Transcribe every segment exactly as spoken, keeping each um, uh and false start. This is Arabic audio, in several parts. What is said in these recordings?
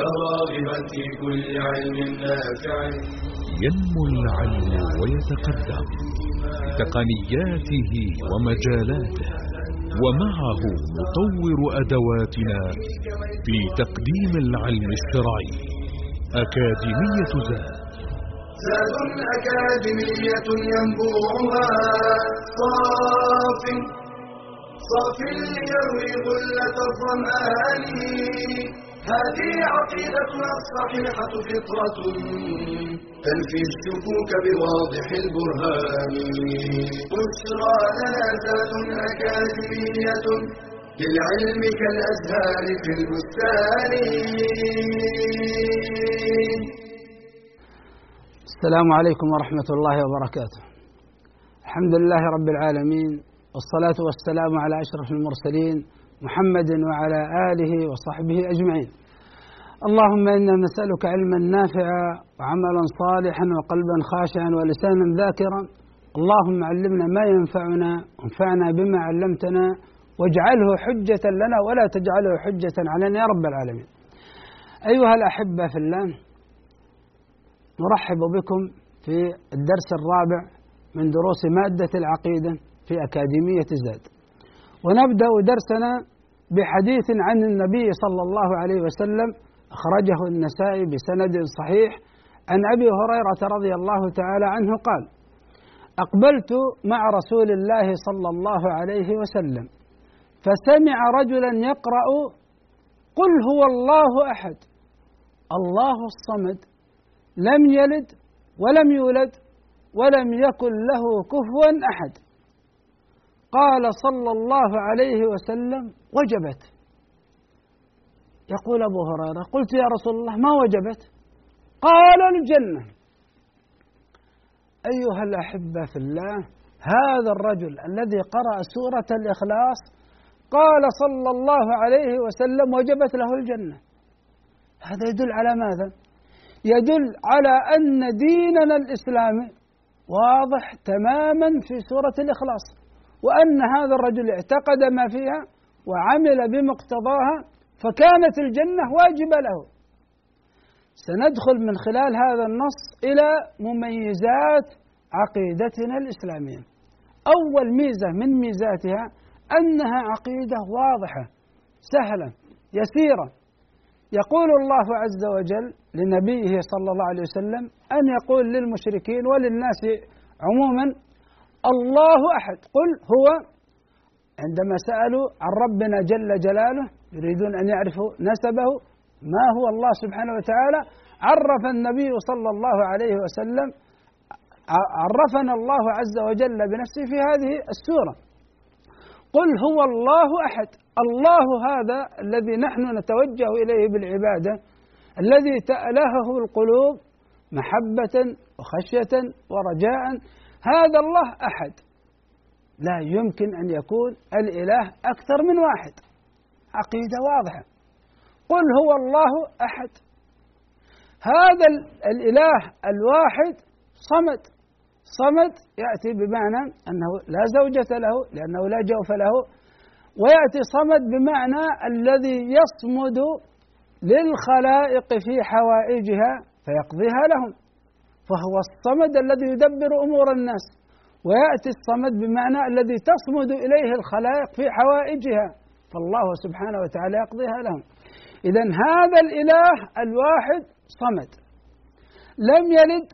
يا راغبا في كل علم نافع. ينمو العلم ويتقدم بتقنياته ومجالاته، ومعه نطور أدواتنا في تقديم العلم الشرعي. أكاديمية زاد، زاد أكاديمية ينبوعها صاف صاف ليروي غلة الظمآن. هذه عقيدتنا الصحيحة فطرة تنفي الشكوك بواضح البرهان. بشرى لنا زاد أكاديمية للعلم كالأزهار في البستان. السلام عليكم ورحمة الله وبركاته. الحمد لله رب العالمين، والصلاة والسلام على أشرف المرسلين محمد وعلى آله وصحبه أجمعين. اللهم إنا نسألك علما نافعا وعملا صالحا وقلبا خاشعا ولسانا ذاكرا. اللهم علمنا ما ينفعنا وانفعنا بما علمتنا، واجعله حجة لنا ولا تجعله حجة علينا يا رب العالمين. أيها الأحبة في الله، نرحب بكم في الدرس الرابع من دروس مادة العقيدة في أكاديمية زاد، ونبدأ درسنا بحديث عن النبي صلى الله عليه وسلم أخرجه النسائي بسند صحيح عن أبي هريرة رضي الله تعالى عنه قال: أقبلت مع رسول الله صلى الله عليه وسلم فسمع رجلا يقرأ: قل هو الله أحد الله الصمد لم يلد ولم يولد ولم يكن له كفوا أحد. قال صلى الله عليه وسلم: وجبت. يقول أبو هريرة: قلت يا رسول الله ما وجبت؟ قال: الجنة. أيها الأحبة في الله، هذا الرجل الذي قرأ سورة الإخلاص قال صلى الله عليه وسلم: وجبت له الجنة. هذا يدل على ماذا؟ يدل على أن ديننا الإسلامي واضح تماما في سورة الإخلاص، وأن هذا الرجل اعتقد ما فيها وعمل بمقتضاها، فكانت الجنة واجبة له. سندخل من خلال هذا النص إلى مميزات عقيدتنا الإسلامية. أول ميزة من ميزاتها أنها عقيدة واضحة سهلة يسيرة. يقول الله عز وجل لنبيه صلى الله عليه وسلم أن يقول للمشركين وللناس عموما: الله أحد. قل هو. عندما سألوا عن ربنا جل جلاله يريدون أن يعرفوا نسبه ما هو الله سبحانه وتعالى، عرف النبي صلى الله عليه وسلم عرفنا الله عز وجل بنفسه في هذه السورة: قل هو الله أحد. الله هذا الذي نحن نتوجه إليه بالعبادة، الذي تألهه القلوب محبة وخشية ورجاء، هذا الله أحد، لا يمكن أن يكون الإله أكثر من واحد. عقيدة واضحة. قل هو الله أحد. هذا الإله الواحد صمد. صمد يأتي بمعنى أنه لا زوجة له لأنه لا جوف له، ويأتي صمد بمعنى الذي يصمد للخلائق في حوائجها فيقضيها لهم، فهو الصمد الذي يدبر أمور الناس. ويأتي الصمد بمعنى الذي تصمد إليه الخلائق في حوائجها، فالله سبحانه وتعالى يقضيها لهم. إذن هذا الإله الواحد صمد. لم يلد،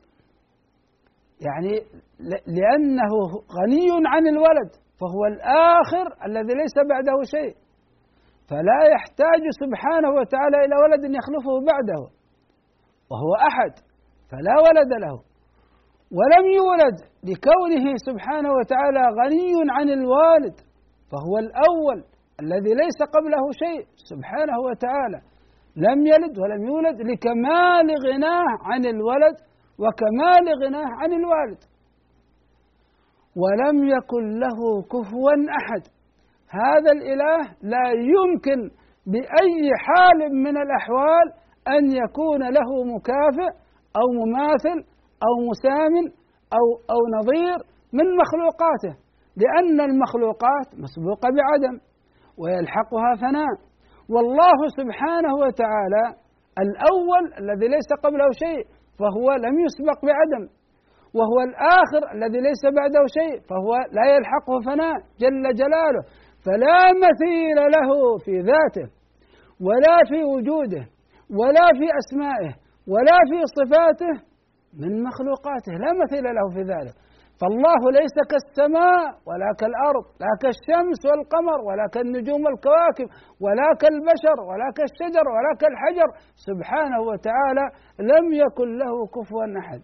يعني لأنه غني عن الولد، فهو الآخر الذي ليس بعده شيء، فلا يحتاج سبحانه وتعالى إلى ولد يخلفه بعده، وهو أحد فلا ولد له. ولم يولد لكونه سبحانه وتعالى غني عن الوالد، فهو الأول الذي ليس قبله شيء سبحانه وتعالى. لم يلد ولم يولد لكمال غناه عن الولد وكمال غناه عن الوالد. ولم يكن له كفوا أحد. هذا الإله لا يمكن بأي حال من الأحوال أن يكون له مكافئ أو مماثل أو مسام أو أو نظير من مخلوقاته، لأن المخلوقات مسبوقة بعدم ويلحقها فناء، والله سبحانه وتعالى الأول الذي ليس قبله شيء فهو لم يسبق بعدم، وهو الآخر الذي ليس بعده شيء فهو لا يلحقه فناء جل جلاله، فلا مثيل له في ذاته ولا في وجوده ولا في أسمائه ولا في صفاته من مخلوقاته، لا مثيل له في ذلك. فالله ليس كالسماء ولا كالأرض، لا كالشمس والقمر ولا كالنجوم والكواكب ولا كالبشر ولا كالشجر ولا كالحجر، سبحانه وتعالى لم يكن له كفوا أحد.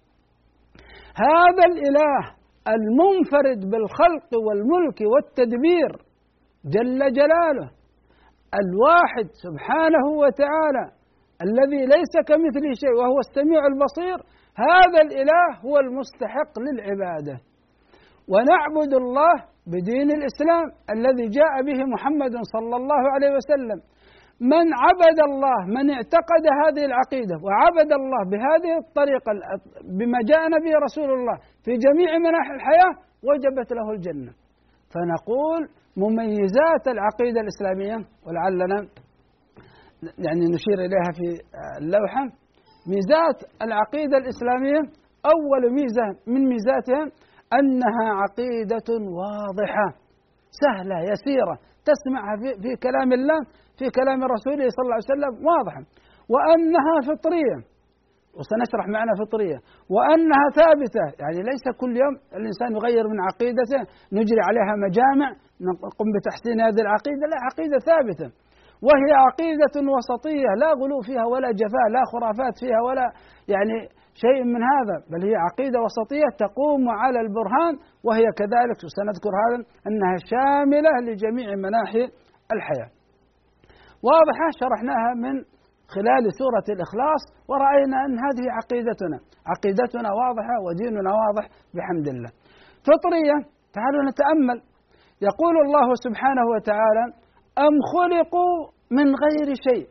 هذا الإله المنفرد بالخلق والملك والتدبير جل جلاله، الواحد سبحانه وتعالى الذي ليس كمثله شيء وهو السميع البصير، هذا الإله هو المستحق للعبادة. ونعبد الله بدين الإسلام الذي جاء به محمد صلى الله عليه وسلم. من عبد الله، من اعتقد هذه العقيدة وعبد الله بهذه الطريقة بما جاءنا به رسول الله في جميع مناحي الحياة وجبت له الجنة. فنقول مميزات العقيدة الإسلامية، ولعلنا يعني نشير إليها في اللوحة. ميزات العقيدة الإسلامية، أول ميزة من ميزاتها أنها عقيدة واضحة سهلة يسيرة، تسمعها في, في كلام الله في كلام رسوله صلى الله عليه وسلم واضحة، وأنها فطرية، وسنشرح معنى فطرية، وأنها ثابتة، يعني ليس كل يوم الإنسان يغير من عقيدته نجري عليها مجامع نقوم بتحسين هذه العقيدة، لا، عقيدة ثابتة، وهي عقيدة وسطية لا غلو فيها ولا جفاء، لا خرافات فيها ولا يعني شيء من هذا، بل هي عقيدة وسطية تقوم على البرهان، وهي كذلك سنذكر هذا أنها شاملة لجميع مناحي الحياة. واضحة شرحناها من خلال سورة الإخلاص، ورأينا أن هذه عقيدتنا، عقيدتنا واضحة وديننا واضح بحمد الله. فطرية، تعالوا نتأمل. يقول الله سبحانه وتعالى: أم خلقوا من غير شيء،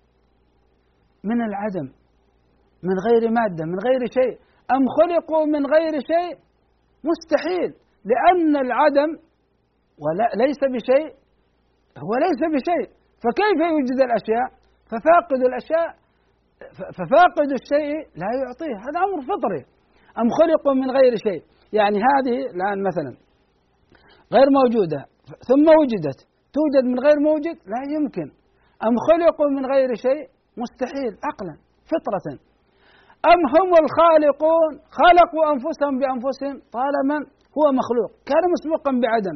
من العدم، من غير مادة، من غير شيء. أم خلقوا من غير شيء، مستحيل، لأن العدم وليس بشيء هو ليس بشيء، فكيف يوجد الأشياء؟ ففاقد الأشياء ففاقد الشيء لا يعطيه، هذا أمر فطري. أم خلقوا من غير شيء، يعني هذه الآن مثلا غير موجودة ثم وجدت، توجد من غير موجد؟ لا يمكن. أم خلقوا من غير شيء، مستحيل عقلا فطرة. أم هم الخالقون خلقوا أنفسهم بأنفسهم، طالما هو مخلوق كان مسبوقا بعدم،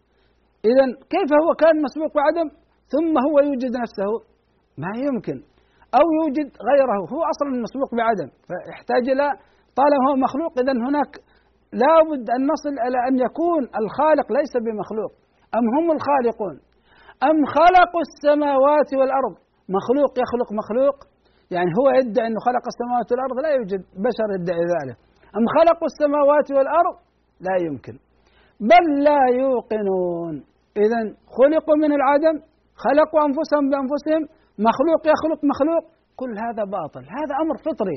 إذن كيف هو كان مسبوق بعدم ثم هو يوجد نفسه؟ ما يمكن. أو يوجد غيره، هو أصلا مسبوق بعدم، فيحتاج إلى، طالما هو مخلوق إذن هناك لا بد أن نصل إلى أن يكون الخالق ليس بمخلوق. أم هم الخالقون أم خلقوا السماوات والأرض، مخلوق يخلق مخلوق، يعني هو يدعي أنه خلق السماوات والأرض، لا يوجد بشر يدعي ذلك. أم خلقوا السماوات والأرض، لا يمكن، بل لا يوقنون. إذن خلقوا من العدم، خلقوا أنفسهم بأنفسهم، مخلوق يخلق مخلوق، كل هذا باطل، هذا أمر فطري.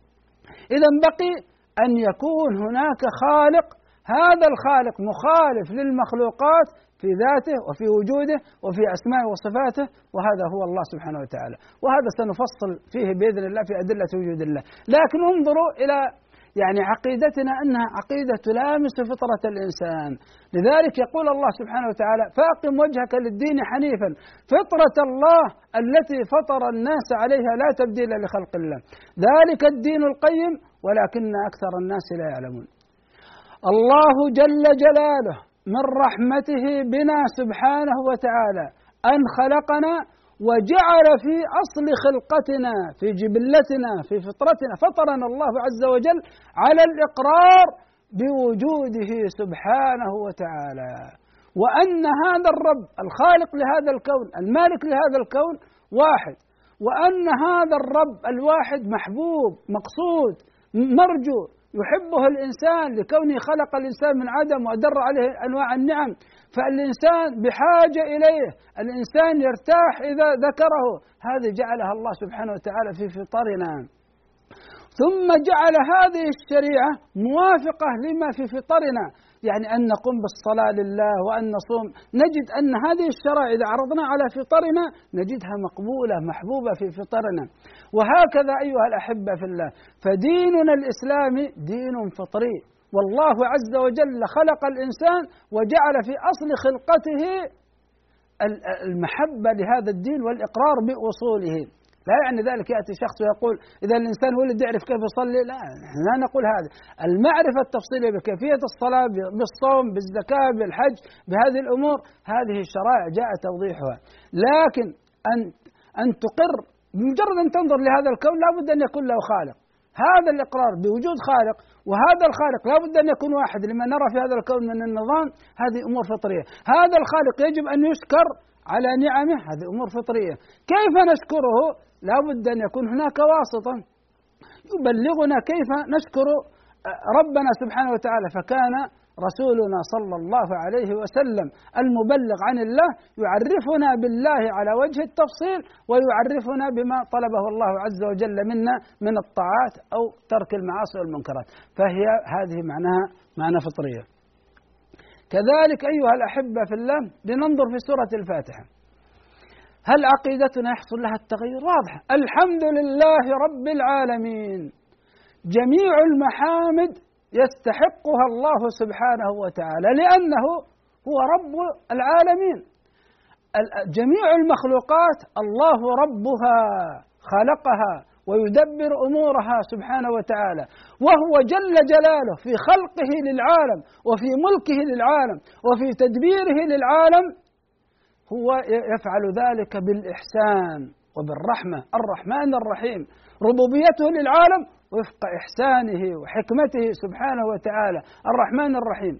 إذن بقي أن يكون هناك خالق، هذا الخالق مخالف للمخلوقات في ذاته وفي وجوده وفي أسمائه وصفاته، وهذا هو الله سبحانه وتعالى، وهذا سنفصل فيه بإذن الله في أدلة وجود الله. لكن انظروا إلى يعني عقيدتنا أنها عقيدة تلامس فطرة الإنسان. لذلك يقول الله سبحانه وتعالى: فأقم وجهك للدين حنيفا فطرة الله التي فطر الناس عليها لا تبديل لخلق الله، ذلك الدين القيم ولكن أكثر الناس لا يعلمون. الله جل جلاله من رحمته بنا سبحانه وتعالى أن خلقنا وجعل في أصل خلقتنا في جبلتنا في فطرتنا، فطرنا الله عز وجل على الإقرار بوجوده سبحانه وتعالى، وأن هذا الرب الخالق لهذا الكون المالك لهذا الكون واحد، وأن هذا الرب الواحد محبوب مقصود مرجو يحبه الإنسان لكونه خلق الإنسان من عدم وأدر عليه أنواع النعم، فالإنسان بحاجة إليه، الإنسان يرتاح إذا ذكره، هذه جعلها الله سبحانه وتعالى في فطرنا. ثم جعل هذه الشريعة موافقة لما في فطرنا، يعني أن نقوم بالصلاة لله وأن نصوم، نجد أن هذه الشرائع إذا عرضنا على فطرنا نجدها مقبولة محبوبة في فطرنا. وهكذا أيها الأحبة في الله، فديننا الإسلامي دين فطري، والله عز وجل خلق الإنسان وجعل في أصل خلقته المحبة لهذا الدين والإقرار بأصوله. لا يعني ذلك يأتي شخص ويقول إذا الإنسان ولد يعرف كيف يصلي، لا، لا نقول هذا. المعرفة التفصيلية بكيفية الصلاة، بالصوم، بالزكاة، بالحج، بهذه الأمور، هذه الشرائع جاء توضيحها. لكن أن أن تقر بمجرد أن تنظر لهذا الكون لابد أن يكون له خالق، هذا الإقرار بوجود خالق، وهذا الخالق لابد أن يكون واحد لما نرى في هذا الكون من النظام، هذه أمور فطرية. هذا الخالق يجب أن يشكر على نعمه، هذه أمور فطرية. كيف نشكره؟ لابد أن يكون هناك واسطة يبلغنا كيف نشكر ربنا سبحانه وتعالى، فكان رسولنا صلى الله عليه وسلم المبلغ عن الله يعرفنا بالله على وجه التفصيل، ويعرفنا بما طلبه الله عز وجل منا من الطاعات أو ترك المعاصي والمنكرات، فهي هذه معناها معنى فطرية. كذلك أيها الأحبة في الله، لننظر في سورة الفاتحة، هل عقيدتنا يحصل لها التغير؟ واضح، الحمد لله رب العالمين، جميع المحامد يستحقها الله سبحانه وتعالى لأنه هو رب العالمين. جميع المخلوقات الله ربها، خلقها ويدبر أمورها سبحانه وتعالى، وهو جل جلاله في خلقه للعالم وفي ملكه للعالم وفي تدبيره للعالم هو يفعل ذلك بالإحسان وبالرحمة، الرحمن الرحيم، ربوبيته للعالم وفق إحسانه وحكمته سبحانه وتعالى، الرحمن الرحيم.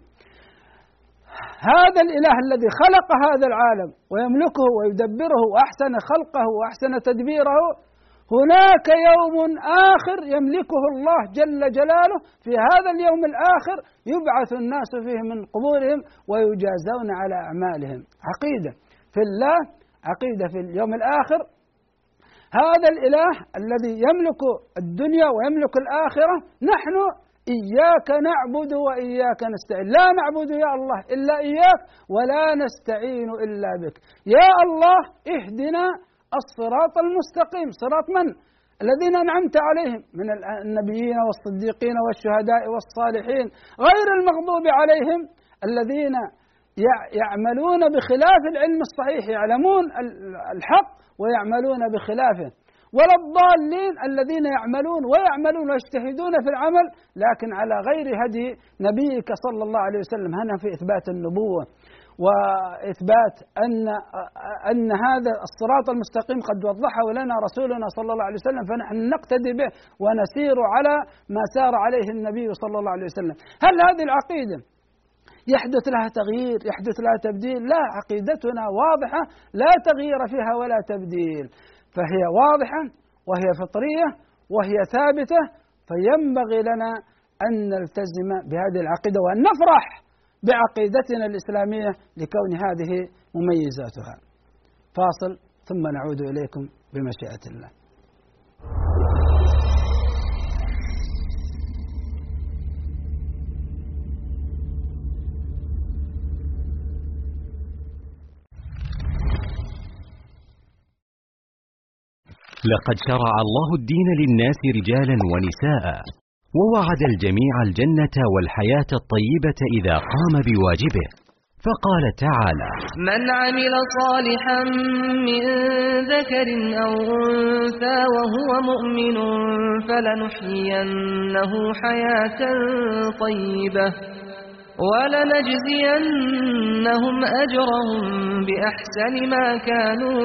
هذا الإله الذي خلق هذا العالم ويملكه ويدبره وأحسن خلقه وأحسن تدبيره، هناك يوم آخر يملكه الله جل جلاله، في هذا اليوم الآخر يبعث الناس فيه من قبورهم ويجازون على أعمالهم. عقيدة في الله، عقيدة في اليوم الآخر. هذا الإله الذي يملك الدنيا ويملك الآخرة، نحن إياك نعبد وإياك نستعين، لا نعبد يا الله إلا إياك ولا نستعين إلا بك. يا الله اهدنا الصراط المستقيم، صراط من؟ الذين أنعمت عليهم من النبيين والصديقين والشهداء والصالحين، غير المغضوب عليهم الذين يعملون بخلاف العلم الصحيح، يعلمون الحق ويعملون بخلافه، ولا الضالين الذين يعملون ويعملون ويجتهدون في العمل لكن على غير هدي نبيك صلى الله عليه وسلم. هنا في إثبات النبوة وإثبات أن أن هذا الصراط المستقيم قد وضحه لنا رسولنا صلى الله عليه وسلم، فنحن نقتدي به ونسير على ما سار عليه النبي صلى الله عليه وسلم. هل هذه العقيدة يحدث لها تغيير، يحدث لها تبديل؟ لا، عقيدتنا واضحة لا تغيير فيها ولا تبديل، فهي واضحة وهي فطرية وهي ثابتة، فينبغي لنا أن نلتزم بهذه العقيدة وأن نفرح بعقيدتنا الإسلامية لكون هذه مميزاتها. فاصل ثم نعود إليكم بمشيئة الله. لقد شرع الله الدين للناس رجالا ونساء، ووعد الجميع الجنة والحياة الطيبة إذا قام بواجبه، فقال تعالى: من عمل صالحا من ذكر أو أنثى وهو مؤمن فلنحيينه حياة طيبة ولنجزينهم أجرهم بأحسن ما كانوا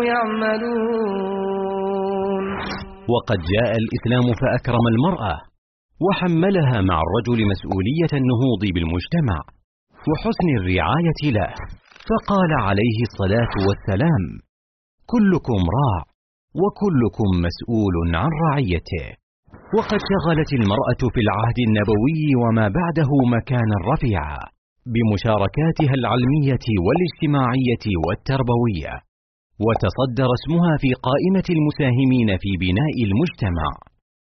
يعملون. وقد جاء الإسلام فأكرم المرأة وحملها مع الرجل مسؤولية النهوض بالمجتمع وحسن الرعاية له، فقال عليه الصلاة والسلام: كلكم راع وكلكم مسؤول عن رعيته. وقد شغلت المرأة في العهد النبوي وما بعده مكانا رفيعا بمشاركاتها العلمية والاجتماعية والتربوية، وتصدر اسمها في قائمة المساهمين في بناء المجتمع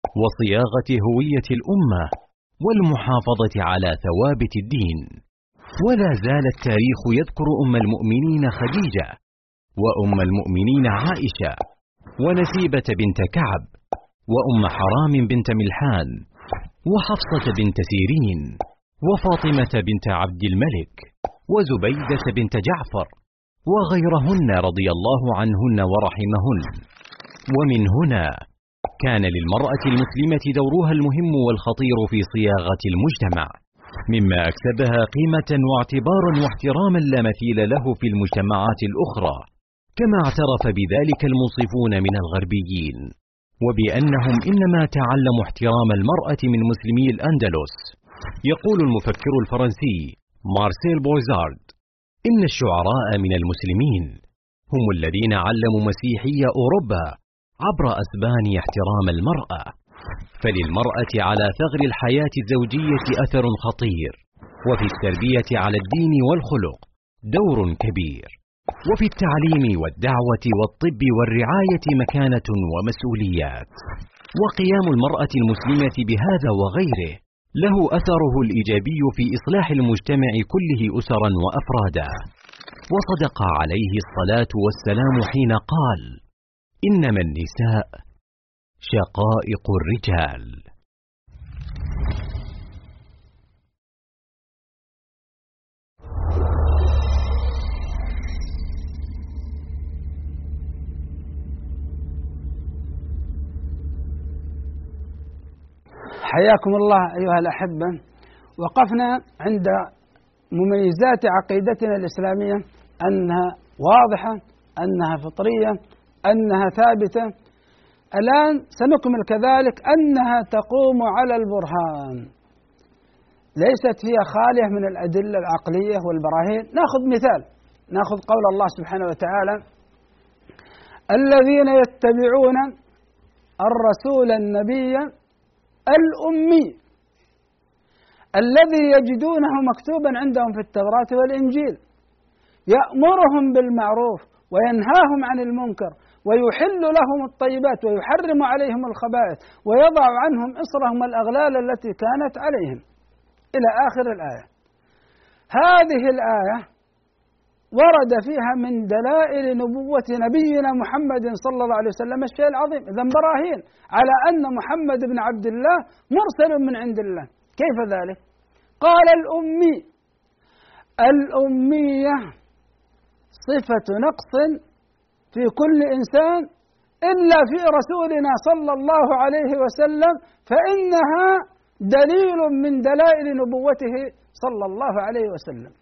وصياغة هوية الأمة والمحافظة على ثوابت الدين. ولا زال التاريخ يذكر أم المؤمنين خديجة، وأم المؤمنين عائشة، ونسيبة بنت كعب، وأم حرام بنت ملحان، وحفصة بنت سيرين، وفاطمة بنت عبد الملك، وزبيدة بنت جعفر، وغيرهن رضي الله عنهن ورحمهن. ومن هنا كان للمرأة المسلمة دورها المهم والخطير في صياغة المجتمع، مما أكسبها قيمة واعتبارا واحتراما لا مثيل له في المجتمعات الأخرى، كما اعترف بذلك المنصفون من الغربيين، وبأنهم إنما تعلموا احترام المرأة من مسلمي الأندلس. يقول المفكر الفرنسي مارسيل بوزارد إن الشعراء من المسلمين هم الذين علموا مسيحي أوروبا عبر أسبانيا احترام المرأة، فللمرأة على ثغر الحياة الزوجية أثر خطير، وفي التربية على الدين والخلق دور كبير، وفي التعليم والدعوة والطب والرعاية مكانة ومسؤوليات. وقيام المرأة المسلمة بهذا وغيره له أثره الإيجابي في إصلاح المجتمع كله أسرا وأفرادا. وصدق عليه الصلاة والسلام حين قال: إنما النساء شقائق الرجال. حياكم الله أيها الأحبة. وقفنا عند مميزات عقيدتنا الإسلامية، أنها واضحة، أنها فطرية، أنها ثابتة. الآن سنكمل كذلك أنها تقوم على البرهان، ليست هي خالية من الأدلة العقلية والبراهين. نأخذ مثال، نأخذ قول الله سبحانه وتعالى: الذين يتبعون الرسول النبي الأمي الذي يجدونه مكتوبا عندهم في التوراة والإنجيل يأمرهم بالمعروف وينهاهم عن المنكر ويحل لهم الطيبات ويحرم عليهم الخبائث ويضع عنهم إصرهم والأغلال التي كانت عليهم، إلى آخر الآية. هذه الآية ورد فيها من دلائل نبوة نبينا محمد صلى الله عليه وسلم الشيء العظيم، إذن براهين على أن محمد بن عبد الله مرسل من عند الله. كيف ذلك؟ قال: الأمي. الأمية صفة نقص في كل إنسان إلا في رسولنا صلى الله عليه وسلم، فإنها دليل من دلائل نبوته صلى الله عليه وسلم.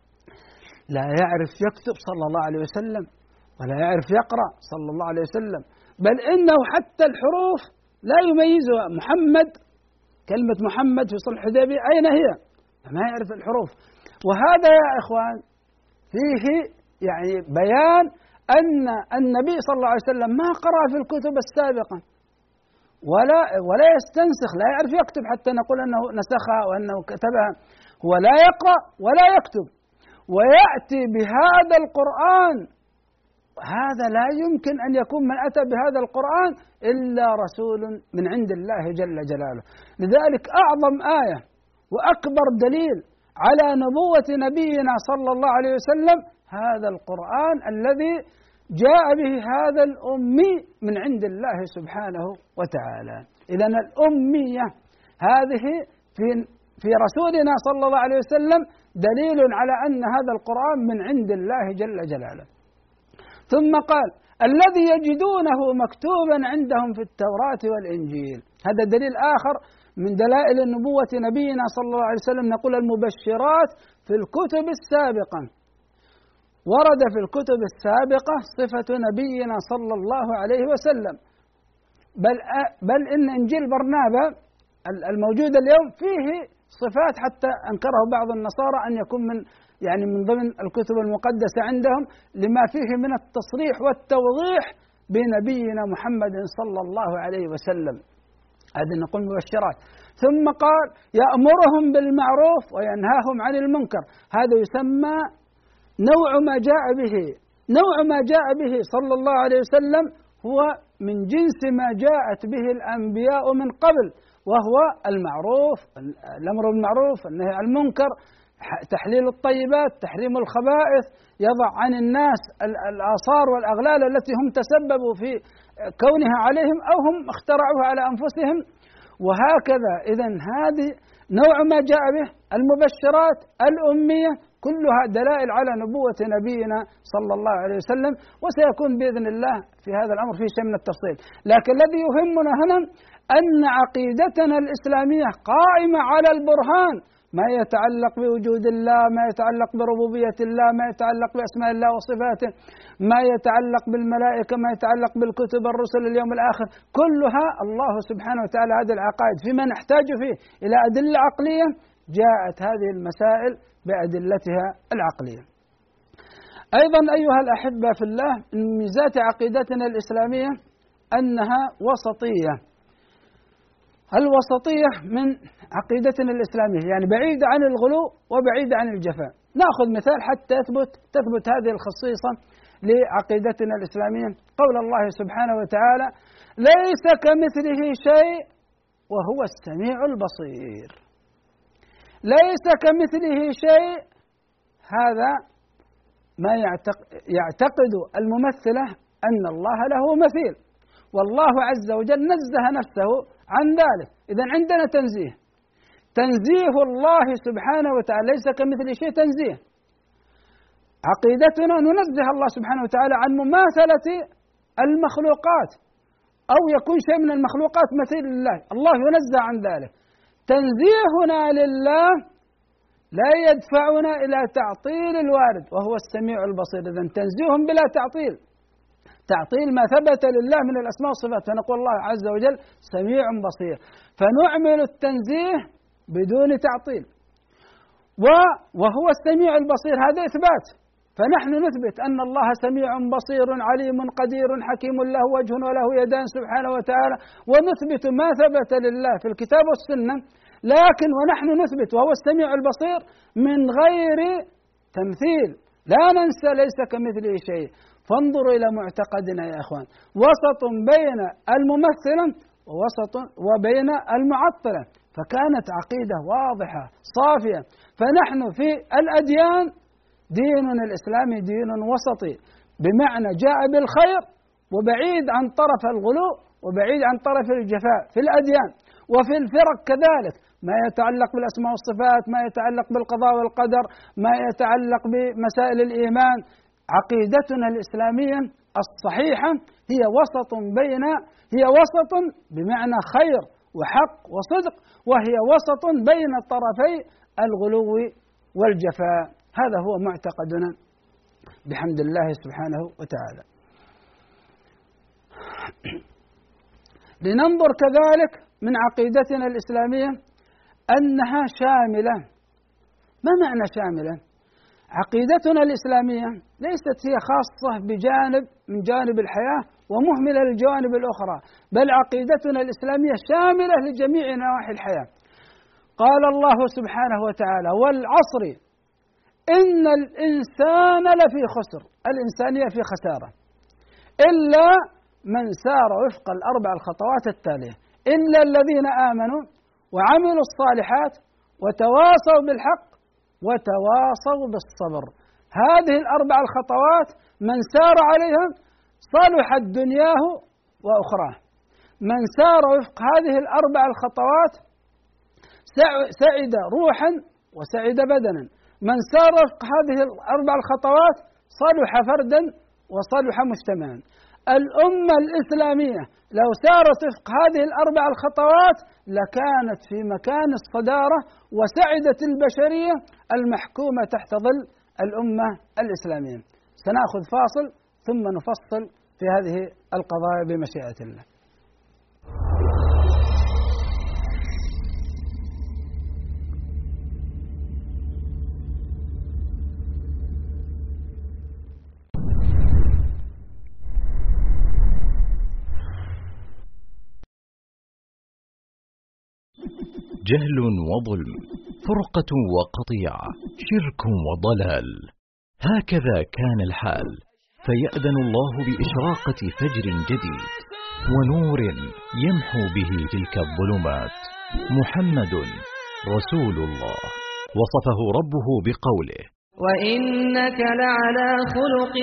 لا يعرف يكتب صلى الله عليه وسلم، ولا يعرف يقرأ صلى الله عليه وسلم، بل إنه حتى الحروف لا يميزها. محمد، كلمة محمد في صلح الحديبية أين هي؟ ما يعرف الحروف. وهذا يا إخوان فيه يعني بيان أن النبي صلى الله عليه وسلم ما قرأ في الكتب السابقة، ولا ولا يستنسخ، لا يعرف يكتب حتى نقول أنه نسخها وأنه كتبها. هو لا يقرأ ولا يكتب، ويأتي بهذا القرآن. هذا لا يمكن أن يكون من أتى بهذا القرآن إلا رسول من عند الله جل جلاله. لذلك أعظم آية وأكبر دليل على نبوة نبينا صلى الله عليه وسلم هذا القرآن الذي جاء به هذا الأمي من عند الله سبحانه وتعالى. إذن الأمية هذه في في رسولنا صلى الله عليه وسلم دليل على أن هذا القرآن من عند الله جل جلاله. ثم قال: الذي يجدونه مكتوبا عندهم في التوراة والإنجيل. هذا دليل آخر من دلائل النبوة نبينا صلى الله عليه وسلم. نقول المبشرات في الكتب السابقة، ورد في الكتب السابقة صفة نبينا صلى الله عليه وسلم، بل بل إن إنجيل برنابا الموجود اليوم فيه صفات حتى أنكره بعض النصارى أن يكون من يعني من ضمن الكتب المقدسة عندهم، لما فيه من التصريح والتوضيح بنبينا محمد صلى الله عليه وسلم. هذه نقول مبشرات. ثم قال: يأمرهم بالمعروف وينهاهم عن المنكر. هذا يسمى نوع ما جاء به نوع ما جاء به صلى الله عليه وسلم هو من جنس ما جاءت به الأنبياء من قبل، وهو المعروف، الأمر بالمعروف، النهي عن المنكر. تحليل الطيبات، تحريم الخبائث، يضع عن الناس الآثار والأغلال التي هم تسببوا في كونها عليهم أو هم اخترعوها على أنفسهم، وهكذا. إذن هذه نوع ما جاء به المبشرات الأمية كلها دلائل على نبوة نبينا صلى الله عليه وسلم، وسيكون بإذن الله في هذا الأمر في شيء من التفصيل. لكن الذي يهمنا هنا أن عقيدتنا الإسلامية قائمة على البرهان، ما يتعلق بوجود الله، ما يتعلق بربوبية الله، ما يتعلق بأسماء الله وصفاته، ما يتعلق بالملائكة، ما يتعلق بالكتب، الرسل، اليوم الآخر، كلها الله سبحانه وتعالى هذه العقائد فيما نحتاج فيه إلى أدلة عقلية، جاءت هذه المسائل بأدلتها العقلية. أيضا أيها الأحبة في الله، من ميزات عقيدتنا الإسلامية أنها وسطية. الوسطية من عقيدتنا الإسلامية يعني بعيدة عن الغلو وبعيدة عن الجفاء. نأخذ مثال حتى تثبت تثبت هذه الخصيصة لعقيدتنا الإسلامية، قول الله سبحانه وتعالى: ليس كمثله شيء وهو السميع البصير. ليس كمثله شيء، هذا ما يعتقد الممثلة أن الله له مثيل، والله عز وجل نزه نفسه عن ذلك. إذن عندنا تنزيه، تنزيه الله سبحانه وتعالى، ليس كمثله شيء، تنزيه. عقيدتنا ننزه الله سبحانه وتعالى عن مماثلة المخلوقات، أو يكون شيء من المخلوقات مثيل لله، الله ينزه عن ذلك. تنزيهنا لله لا يدفعنا إلى تعطيل الوارد وهو السميع البصير. إذن تنزيه بلا تعطيل، تعطيل ما ثبت لله من الأسماء والصفات، فنقول الله عز وجل سميع بصير، فنعمل التنزيه بدون تعطيل. وهو السميع البصير هذا إثبات، فنحن نثبت أن الله سميع بصير عليم قدير حكيم له وجه وله يدان سبحانه وتعالى، ونثبت ما ثبت لله في الكتاب والسنة، لكن ونحن نثبت وهو السميع البصير من غير تمثيل. لا ننسى ليس كمثله شيء. فانظروا إلى معتقدنا يا إخوان، وسط بين الممثلة ووسط وبين المعطلة، فكانت عقيدة واضحة صافية. فنحن في الأديان ديننا الإسلامي دين وسطي، بمعنى جاء بالخير وبعيد عن طرف الغلو وبعيد عن طرف الجفاء في الأديان. وفي الفرق كذلك، ما يتعلق بالأسماء والصفات، ما يتعلق بالقضاء والقدر، ما يتعلق بمسائل الإيمان. عقيدتنا الإسلامية الصحيحة هي وسط بين هي وسط بمعنى خير وحق وصدق، وهي وسط بين طرفي الغلو والجفاء. هذا هو معتقدنا بحمد الله سبحانه وتعالى. لننظر كذلك من عقيدتنا الإسلامية أنها شاملة. ما معنى شاملة؟ عقيدتنا الإسلامية ليست هي خاصة بجانب من جانب الحياة ومهملة للجوانب الأخرى، بل عقيدتنا الإسلامية شاملة لجميع نواحي الحياة. قال الله سبحانه وتعالى: والعصر إن الإنسان لفي خسر. الإنسانية في خسارة إلا من سار وفق الأربع الخطوات التالية: إلا الذين آمنوا وعملوا الصالحات وتواصوا بالحق وتواصوا بالصبر. هذه الأربع الخطوات من سار عليها صلحت دنياه وأخراه. من سار وفق هذه الأربع الخطوات سعد روحا وسعد بدنا. من سار وفق هذه الأربع الخطوات صلح فردا وصلح مجتمعا. الأمة الإسلامية لو سارت وفق هذه الأربع الخطوات لكانت في مكان الصدارة، وسعدت البشرية المحكومة تحت ظل الأمة الإسلامية. سنأخذ فاصل ثم نفصل في هذه القضايا بمشيئة الله. جهل وظلم، فرقة وقطيعة، شرك وضلال، هكذا كان الحال. فيأذن الله بإشراقة فجر جديد ونور يمحو به تلك الظلمات. محمد رسول الله وصفه ربه بقوله: وإنك لعلى خلق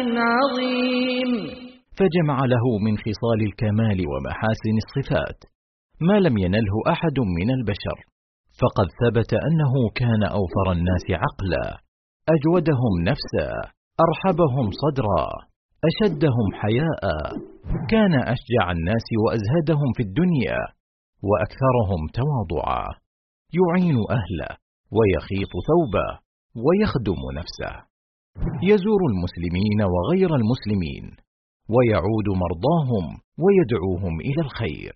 عظيم. فجمع له من خصال الكمال ومحاسن الصفات ما لم ينله أحد من البشر، فقد ثبت أنه كان أوفر الناس عقلا، أجودهم نفسا، أرحبهم صدرا، أشدهم حياء، كان أشجع الناس وأزهدهم في الدنيا، وأكثرهم تواضعا، يعين أهله ويخيط ثوبه ويخدم نفسه، يزور المسلمين وغير المسلمين، ويعود مرضاهم ويدعوهم إلى الخير.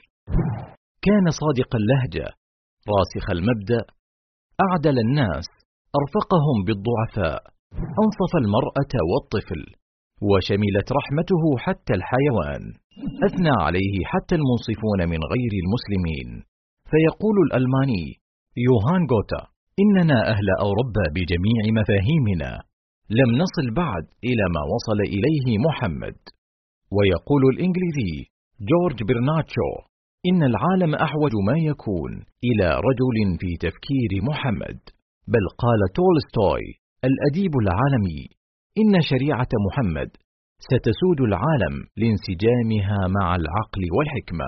كان صادق اللهجة، راسخ المبدأ، أعدل الناس، أرفقهم بالضعفاء، أنصف المرأة والطفل، وشملت رحمته حتى الحيوان، أثنى عليه حتى المنصفون من غير المسلمين. فيقول الألماني يوهان غوتا: إننا أهل أوروبا بجميع مفاهيمنا لم نصل بعد إلى ما وصل إليه محمد. ويقول الإنجليزي جورج برناتشو: إن العالم أحوج ما يكون إلى رجل في تفكير محمد. بل قال تولستوي الأديب العالمي: إن شريعة محمد ستسود العالم لانسجامها مع العقل والحكمة.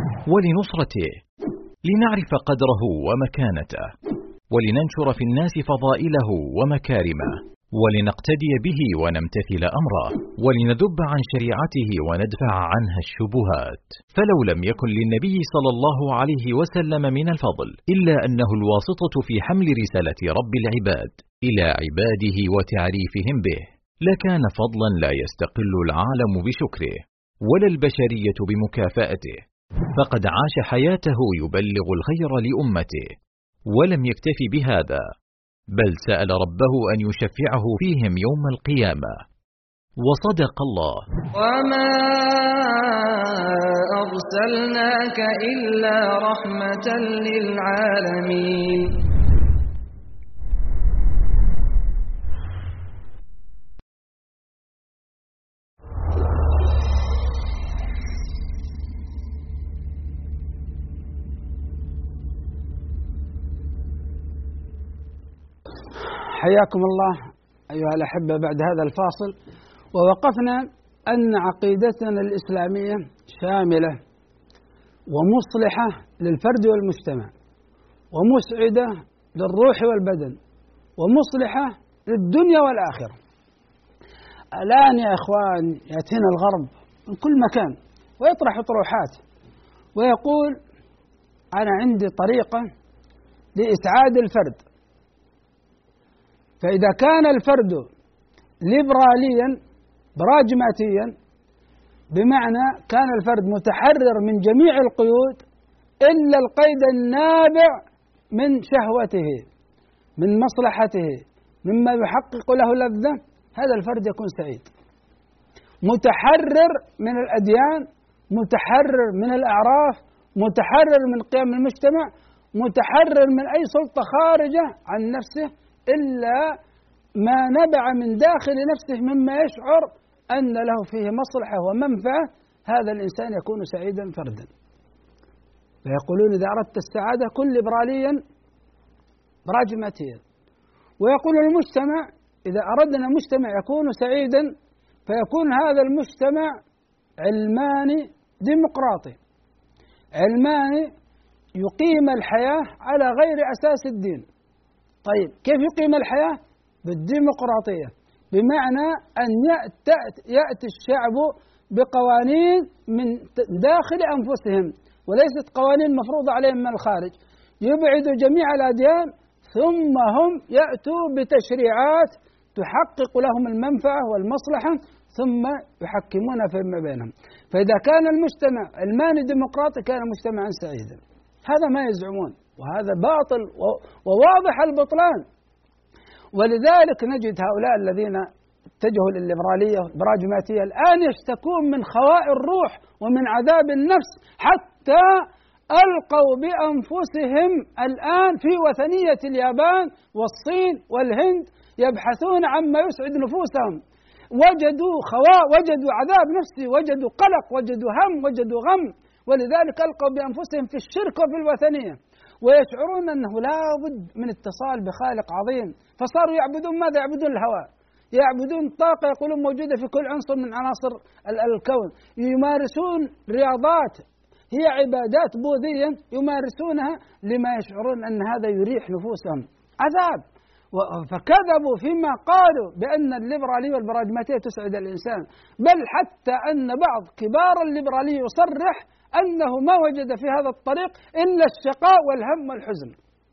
ولنصرته لنعرف قدره ومكانته، ولننشر في الناس فضائله ومكارمه، ولنقتدي به ونمتثل أمره، ولندب عن شريعته وندفع عنها الشبهات. فلو لم يكن للنبي صلى الله عليه وسلم من الفضل إلا أنه الواسطة في حمل رسالة رب العباد إلى عباده وتعريفهم به، لكان فضلا لا يستقل العالم بشكره ولا البشرية بمكافأته، فقد عاش حياته يبلغ الخير لأمته، ولم يكتف بهذا، بل سأل ربه أن يشفعه فيهم يوم القيامة. وصدق الله: وما أرسلناك إلا رحمة للعالمين. حياكم الله أيها الأحبة. بعد هذا الفاصل ووقفنا أن عقيدتنا الإسلامية شاملة ومصلحة للفرد والمجتمع، ومسعدة للروح والبدن، ومصلحة للدنيا والآخرة. الآن يا إخوان يأتينا الغرب من كل مكان ويطرح طروحات ويقول: أنا عندي طريقة لإسعاد الفرد. فإذا كان الفرد ليبراليا براجماتيا، بمعنى كان الفرد متحرر من جميع القيود إلا القيد النابع من شهوته، من مصلحته، مما يحقق له لذة، هذا الفرد يكون سعيد. متحرر من الأديان، متحرر من الأعراف، متحرر من قيم المجتمع، متحرر من أي سلطة خارجة عن نفسه إلا ما نبع من داخل نفسه مما يشعر أن له فيه مصلحة ومنفعة، هذا الإنسان يكون سعيدا فردا. فيقولون: إذا أردت السعادة كن ليبراليا براجماتيا. ويقول المجتمع: إذا أردنا مجتمع يكون سعيدا فيكون هذا المجتمع علماني ديمقراطي، علماني يقيم الحياة على غير أساس الدين. طيب كيف يقيم الحياة؟ بالديمقراطية، بمعنى أن يأتي الشعب بقوانين من داخل أنفسهم وليست قوانين مفروضة عليهم من الخارج، يبعدوا جميع الأديان ثم هم يأتوا بتشريعات تحقق لهم المنفعة والمصلحة ثم يحكمون فيما بينهم. فإذا كان المجتمع علماني ديمقراطي كان مجتمعا سعيدا. هذا ما يزعمون، وهذا باطل وواضح البطلان. ولذلك نجد هؤلاء الذين اتجهوا للليبرالية والبراجماتية الآن يشتكون من خواء الروح ومن عذاب النفس، حتى ألقوا بأنفسهم الآن في وثنية اليابان والصين والهند يبحثون عما يسعد نفوسهم. وجدوا خواء، وجدوا عذاب نفسي، وجدوا قلق، وجدوا هم، وجدوا غم، ولذلك ألقوا بأنفسهم في الشرك وفي الوثنية. ويشعرون أنه لا بد من اتصال بخالق عظيم، فصاروا يعبدون ماذا؟ يعبدون الهواء، يعبدون طاقة يقولون موجودة في كل عنصر من عناصر الكون، يمارسون رياضات هي عبادات بوذية يمارسونها لما يشعرون أن هذا يريح نفوسهم. عذاب. فكذبوا فيما قالوا بأن الليبرالية والبراغماتية تسعد الإنسان، بل حتى أن بعض كبار الليبرالية يصرح أنه ما وجد في هذا الطريق إلا الشقاء والهم والحزن.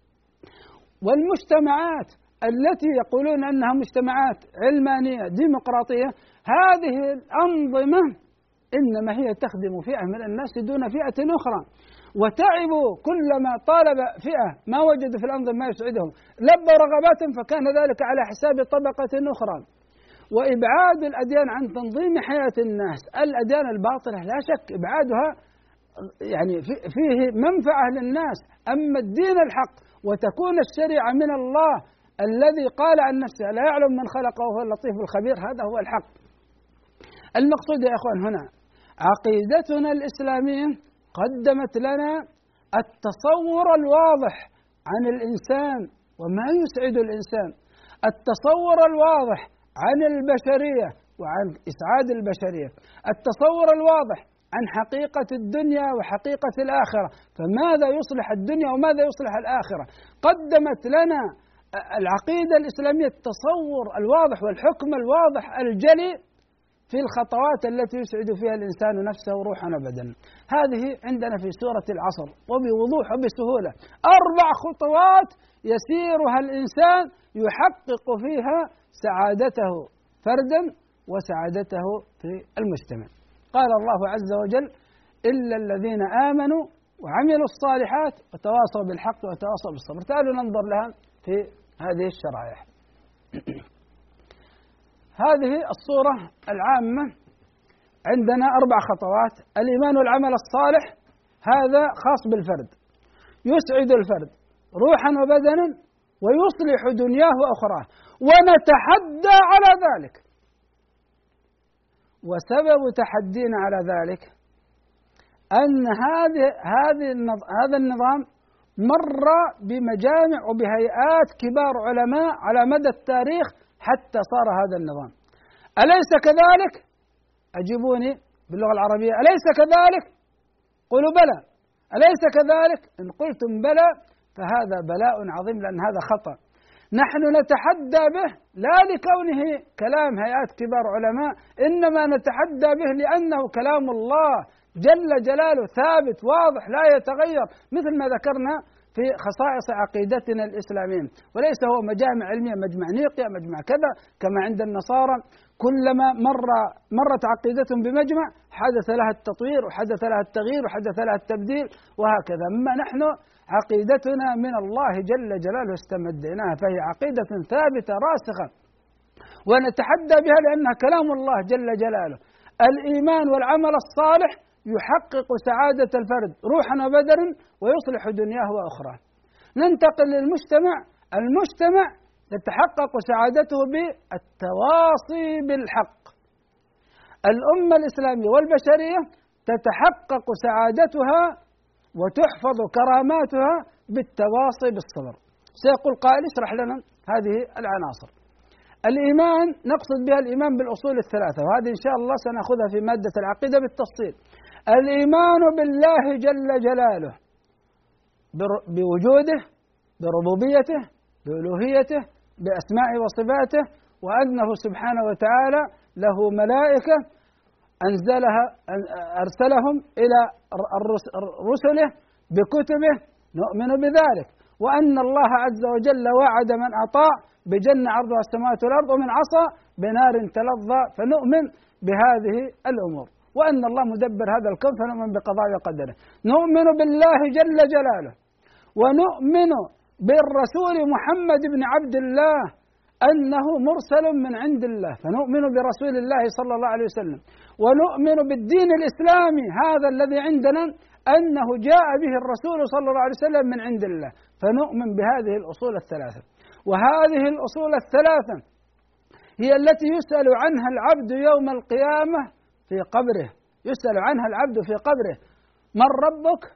والمجتمعات التي يقولون أنها مجتمعات علمانية ديمقراطية، هذه الأنظمة إنما هي تخدم فئة من الناس دون فئة أخرى، وتعبوا كلما طالب فئة ما وجدوا في الأنظمة ما يسعدهم، لبوا رغباتهم فكان ذلك على حساب طبقة أخرى. وإبعاد الأديان عن تنظيم حياة الناس، الأديان الباطلة لا شك إبعادها يعني فيه منفعة للناس، أما الدين الحق وتكون الشريعة من الله الذي قال عن نفسه لا يعلم من خلقه وهو اللطيف الخبير، هذا هو الحق. المقصود يا إخوان هنا عقيدتنا الإسلامية قدمت لنا التصور الواضح عن الإنسان وما يسعد الإنسان، التصور الواضح عن البشرية وعن إسعاد البشرية، التصور الواضح عن حقيقة الدنيا وحقيقة الآخرة، فماذا يصلح الدنيا وماذا يصلح الآخرة. قدمت لنا العقيدة الإسلامية التصور الواضح والحكم الواضح الجلي في الخطوات التي يسعد فيها الإنسان نفسه روحا وبدنا. هذه عندنا في سورة العصر وبوضوح وبسهولة، أربع خطوات يسيرها الإنسان يحقق فيها سعادته فردا وسعادته في المجتمع. قال الله عز وجل: إلا الذين آمنوا وعملوا الصالحات وتواصوا بالحق وتواصوا بالصبر. تعالوا ننظر لها في هذه الشرائح. هذه الصورة العامة عندنا أربع خطوات. الإيمان والعمل الصالح هذا خاص بالفرد، يسعد الفرد روحا وبدنا ويصلح دنياه وأخراه، ونتحدى على ذلك. وسبب تحدينا على ذلك أن هذه هذه هذا النظام مر بمجامع وبهيئات كبار علماء على مدى التاريخ حتى صار هذا النظام. أليس كذلك؟ أجيبوني باللغة العربية، أليس كذلك؟ قولوا بلى. أليس كذلك؟ إن قلتم بلى فهذا بلاء عظيم، لأن هذا خطأ. نحن نتحدى به لا لكونه كلام هيئات كبار علماء، إنما نتحدى به لأنه كلام الله جل جلاله ثابت واضح لا يتغير، مثل ما ذكرنا في خصائص عقيدتنا الإسلامية، وليس هو مجامع علمية، مجمع نيقيا، مجمع كذا كما عند النصارى. كلما مر مرت عقيدتهم بمجمع حدث لها التطوير وحدث لها التغيير وحدث لها التبديل وهكذا. أما نحن عقيدتنا من الله جل جلاله استمديناها، فهي عقيدة ثابتة راسخة ونتحدى بها لأنها كلام الله جل جلاله. الإيمان والعمل الصالح يحقق سعادة الفرد روحا وبدنا ويصلح دنياه وأخراه. ننتقل للمجتمع. المجتمع تتحقق سعادته بالتواصي بالحق. الأمة الإسلامية والبشرية تتحقق سعادتها وتحفظ كراماتها بالتواصي بالصبر. سيقول قائل: اشرح لنا هذه العناصر. الإيمان نقصد بها الإيمان بالأصول الثلاثة، وهذه إن شاء الله سنأخذها في مادة العقيدة بالتفصيل. الإيمان بالله جل جلاله بوجوده، بربوبيته، بألوهيته، بأسمائه وصفاته، وأنه سبحانه وتعالى له ملائكة أنزلها أرسلهم إلى رسله بكتبه، نؤمن بذلك. وأن الله عز وجل وعد من أطاع بجنة عرضها السماوات والأرض، ومن عصى بنار تلظى، فنؤمن بهذه الأمور. وأن الله مدبر هذا الكون فنؤمن بقضاء وقدره. نؤمن بالله جل جلاله، ونؤمن بالرسول محمد بن عبد الله أنه مرسل من عند الله، فنؤمن برسول الله صلى الله عليه وسلم. ونؤمن بالدين الإسلامي هذا الذي عندنا أنه جاء به الرسول صلى الله عليه وسلم من عند الله، فنؤمن بهذه الأصول الثلاثة. وهذه الأصول الثلاثة هي التي يسأل عنها العبد يوم القيامة في قبره. يسأل عنها العبد في قبره: من ربك؟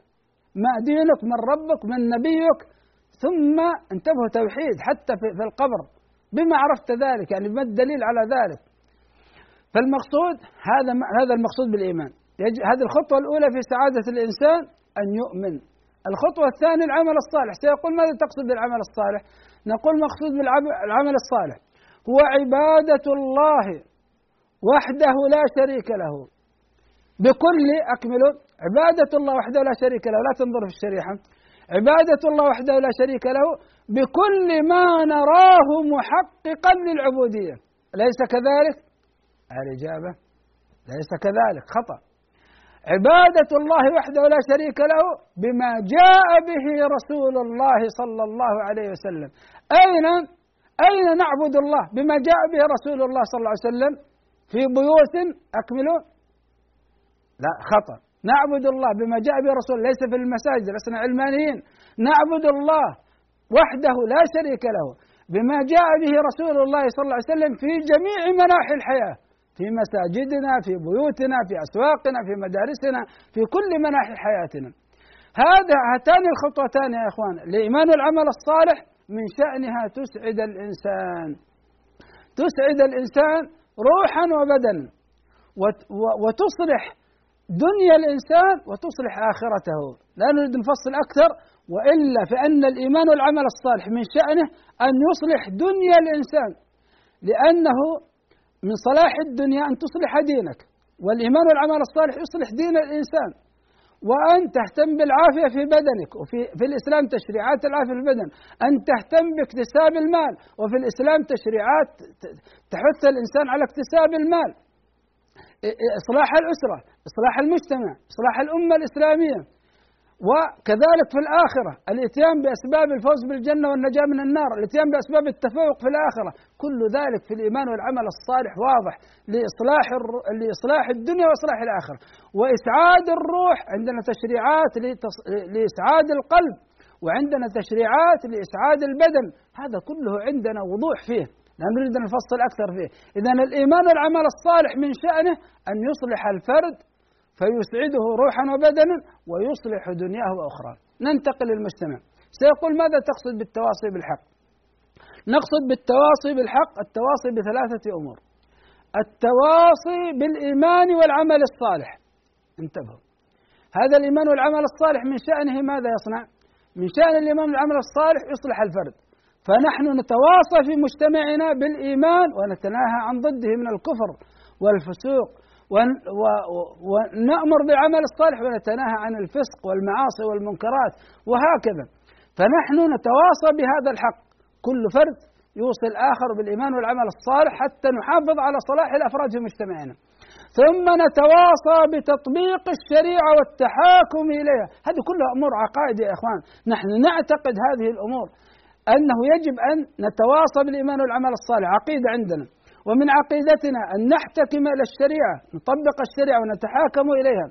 ما دينك من ربك من نبيك. ثم انتبهوا توحيد حتى في القبر بما عرفت ذلك، يعني ما الدليل على ذلك؟ فالمقصود هذا هذا المقصود بالإيمان. هذه الخطوة الأولى في سعادة الإنسان أن يؤمن. الخطوة الثانية العمل الصالح. سيقول ماذا تقصد بالعمل الصالح؟ نقول مقصود بالعمل الصالح هو عبادة الله وحده لا شريك له بكل أكمله. عبادة الله وحده لا شريك له، لا تنظر في الشريحة، عبادة الله وحده لا شريك له بكل ما نراه محققا للعبودية. أليس كذلك؟ الإجابة ليس كذلك، خطأ. عبادة الله وحده لا شريك له بما جاء به رسول الله صلى الله عليه وسلم. أين أين نعبد الله بما جاء به رسول الله صلى الله عليه وسلم؟ في بيوت أكملوا؟ لا، خطأ. نعبد الله بما جاء به رسول الله ليس في المساجد، لسنا علمانيين. نعبد الله وحده لا شريك له بما جاء به رسول الله صلى الله عليه وسلم في جميع مناحي الحياة، في مساجدنا، في بيوتنا، في أسواقنا، في مدارسنا، في كل مناحي حياتنا. هذا هاتان الخطوتان يا إخوان الإيمان والعمل الصالح من شأنها تسعد الإنسان، تسعد الإنسان روحا وبدنا، وتصلح دنيا الإنسان وتصلح آخرته. لا نريد نفصل أكثر، وإلا فإن الإيمان والعمل الصالح من شأنه أن يصلح دنيا الإنسان، لأنه من صلاح الدنيا أن تصلح دينك، والإيمان والعمل الصالح يصلح دين الإنسان، وأن تهتم بالعافية في بدنك. وفي في الإسلام تشريعات العافية في البدن، أن تهتم باكتساب المال، وفي الإسلام تشريعات تحث الإنسان على اكتساب المال. إصلاح الأسرة، إصلاح المجتمع، إصلاح الأمة الإسلامية. وكذلك في الآخرة الاتيان بأسباب الفوز بالجنة والنجاة من النار، الاتيان بأسباب التفوق في الآخرة، كل ذلك في الإيمان والعمل الصالح واضح لإصلاح لإصلاح الدنيا وإصلاح الآخرة. وإسعاد الروح، عندنا تشريعات لإسعاد القلب، وعندنا تشريعات لإسعاد البدن، هذا كله عندنا وضوح فيه، لا نريد أن نفصل أكثر فيه. إذن الإيمان والعمل الصالح من شأنه أن يصلح الفرد فيسعده روحا وبدنا ويصلح دنياه وأخرى. ننتقل للمجتمع. سيقول ماذا تقصد بالتواصي بالحق؟ نقصد بالتواصي بالحق التواصي بثلاثة أمور: التواصي بالإيمان والعمل الصالح. انتبهوا، هذا الإيمان والعمل الصالح من شأنه ماذا يصنع؟ من شأن الإيمان والعمل الصالح يصلح الفرد، فنحن نتواصى في مجتمعنا بالإيمان ونتناهى عن ضده من الكفر والفسوق، ونأمر بالعمل الصالح ونتناهى عن الفسق والمعاصي والمنكرات، وهكذا. فنحن نتواصى بهذا الحق، كل فرد يوصي الآخر بالإيمان والعمل الصالح حتى نحافظ على صلاح الأفراد في مجتمعنا. ثم نتواصى بتطبيق الشريعة والتحاكم إليها. هذه كلها أمور عقائد يا إخوان، نحن نعتقد هذه الأمور أنه يجب أن نتواصى بالإيمان والعمل الصالح، عقيدة عندنا. ومن عقيدتنا أن نحتكم إلى الشريعة، نطبق الشريعة ونتحاكم إليها.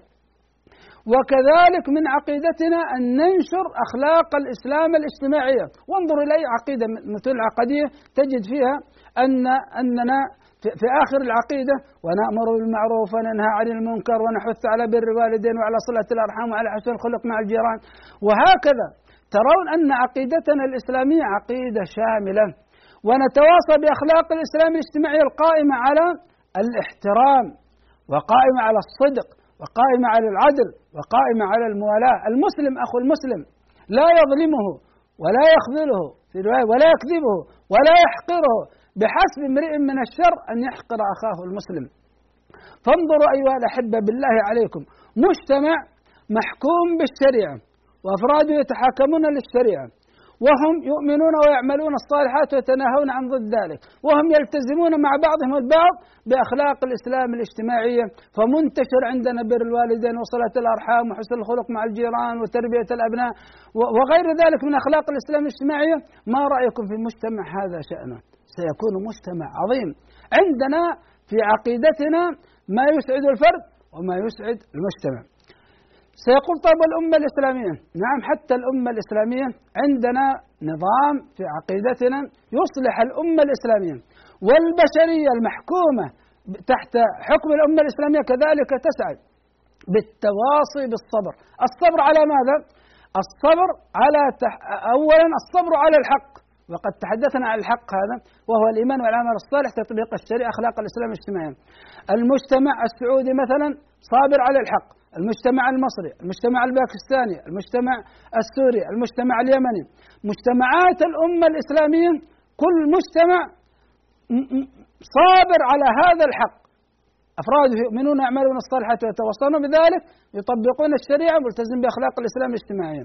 وكذلك من عقيدتنا أن ننشر أخلاق الإسلام الاجتماعية. وانظر إلى أي عقيدة مثل العقدية تجد فيها أن أننا في آخر العقيدة: ونأمر بالمعروف وننهى عن المنكر ونحث على بر الوالدين وعلى صلة الأرحام وعلى حسن الخلق مع الجيران. وهكذا ترون أن عقيدتنا الإسلامية عقيدة شاملة، ونتواصى بأخلاق الإسلام الاجتماعي القائمة على الاحترام، وقائمة على الصدق، وقائمة على العدل، وقائمة على الموالاة. المسلم أخو المسلم لا يظلمه ولا يخذله في رواية ولا يكذبه ولا يحقره، بحسب امرئ من الشر أن يحقر أخاه المسلم. فانظروا أيها الأحبة بالله عليكم، مجتمع محكوم بالشريعة وأفراده يتحاكمون للشريعة، وهم يؤمنون ويعملون الصالحات ويتناهون عن ضد ذلك، وهم يلتزمون مع بعضهم البعض بأخلاق الإسلام الاجتماعية. فمنتشر عندنا بر الوالدين وصلة الأرحام وحسن الخلق مع الجيران وتربية الأبناء وغير ذلك من أخلاق الإسلام الاجتماعية. ما رأيكم في مجتمع هذا شأنه؟ سيكون مجتمع عظيم. عندنا في عقيدتنا ما يسعد الفرد وما يسعد المجتمع. سيقول طيب الأمة الإسلامية، نعم حتى الأمة الإسلامية عندنا نظام في عقيدتنا يصلح الأمة الإسلامية، والبشرية المحكومة تحت حكم الأمة الإسلامية كذلك تسعد بالتواصي بالصبر. الصبر على ماذا؟ الصبر على تح... أولا الصبر على الحق، وقد تحدثنا عن الحق هذا وهو الإيمان والعمل الصالح، تطبيق الشريعة، أخلاق الإسلام الاجتماعي. المجتمع السعودي مثلا صابر على الحق، المجتمع المصري، المجتمع الباكستاني، المجتمع السوري، المجتمع اليمني، مجتمعات الأمة الإسلامية كل مجتمع صابر على هذا الحق، أفراد يؤمنون يعملون الصالحات ويتوصون بذلك، يطبقون الشريعة ملتزم بأخلاق الإسلام الاجتماعي.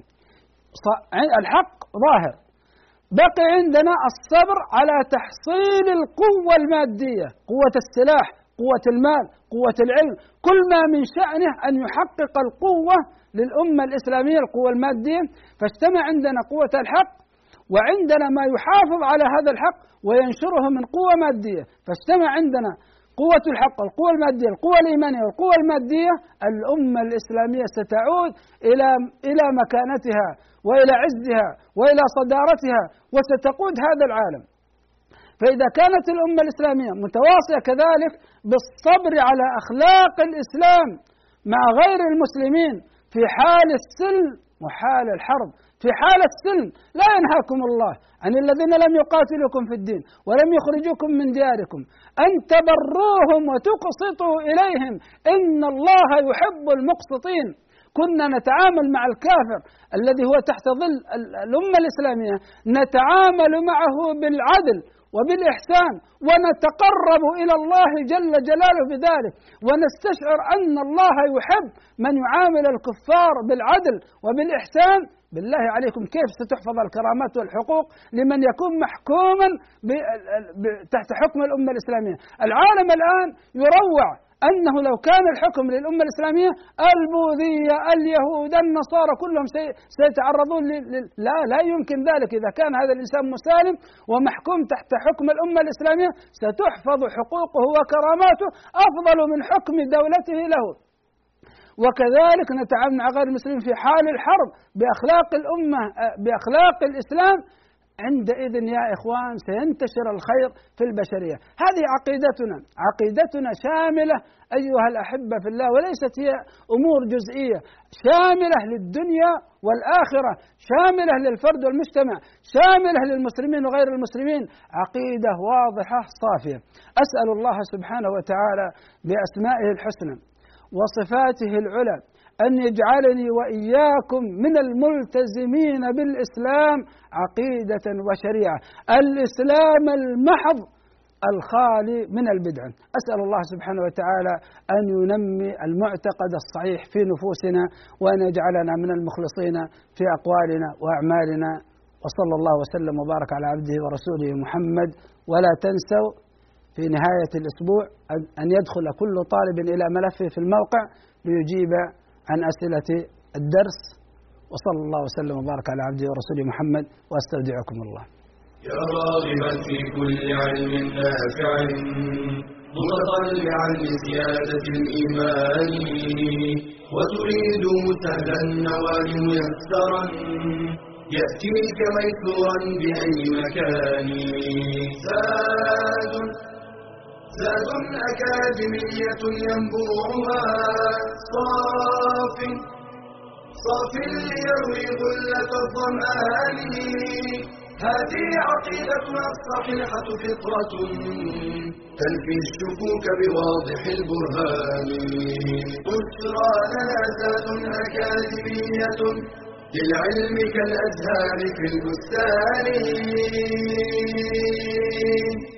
الحق ظاهر. بقي عندنا الصبر على تحصيل القوة المادية، قوة السلاح، قوة المال، قوة العلم، كل ما من شأنه أن يحقق القوة للأمة الإسلامية، القوة المادية. فاجتمع عندنا قوة الحق وعندنا ما يحافظ على هذا الحق وينشره من قوة مادية. فاجتمع عندنا قوة الحق، القوة المادية، القوة الإيمانية والقوة المادية. الأمة الإسلامية ستعود إلى إلى مكانتها وإلى عزها وإلى صدارتها وستقود هذا العالم. فإذا كانت الأمة الإسلامية متواصية كذلك بالصبر على أخلاق الإسلام مع غير المسلمين في حال السلم وحال الحرب. في حال السلم لا ينهاكم الله عن الذين لم يقاتلوكم في الدين ولم يخرجوكم من دياركم أن تبروهم وتقسطوا إليهم إن الله يحب المقسطين. كنا نتعامل مع الكافر الذي هو تحت ظل الأمة الإسلامية، نتعامل معه بالعدل وبالإحسان ونتقرب إلى الله جل جلاله بذلك، ونستشعر أن الله يحب من يعامل الكفار بالعدل وبالإحسان. بالله عليكم كيف ستحفظ الكرامات والحقوق لمن يكون محكوما تحت حكم الأمة الإسلامية؟ العالم الآن يروع أنه لو كان الحكم للأمة الإسلامية البوذية، اليهود، النصارى كلهم سيتعرضون لا لا يمكن ذلك. إذا كان هذا الإنسان مسالم ومحكوم تحت حكم الأمة الإسلامية ستحفظ حقوقه وكراماته أفضل من حكم دولته له. وكذلك نتعامل مع غير المسلمين في حال الحرب بأخلاق الأمة بأخلاق الإسلام. عندئذ يا إخوان سينتشر الخير في البشرية. هذه عقيدتنا، عقيدتنا شاملة أيها الأحبة في الله، وليست هي أمور جزئية، شاملة للدنيا والآخرة، شاملة للفرد والمجتمع، شاملة للمسلمين وغير المسلمين. عقيدة واضحة صافية. أسأل الله سبحانه وتعالى بأسمائه الحسنى وصفاته العلى أن يجعلني وإياكم من الملتزمين بالإسلام عقيدة وشريعة، الإسلام المحض الخالي من البدع. أسأل الله سبحانه وتعالى أن ينمي المعتقد الصحيح في نفوسنا وأن يجعلنا من المخلصين في أقوالنا وأعمالنا. وصلى الله وسلم وبارك على عبده ورسوله محمد. ولا تنسوا في نهاية الأسبوع أن يدخل كل طالب إلى ملفه في الموقع ليجيب عن أسئلة الدرس. وصلى الله وسلم وبارك على عبده ورسوله محمد، وأستودعكم الله. يا راغبا في كل علم نافع متطلعا لزيادة الإيمان وتريد سهلا النوال ميسرا يأتيك ميسورا بأي مكان. زاد زاد أكاديمية ينبوعها صاف صاف ليروي غلة الظمآن. هذه عقيدتنا الصحيحة فطرة تنفي الشكوك بواضح البرهان. بشرى لنا زاد أكاديمية للعلم كالأزهار في البستان.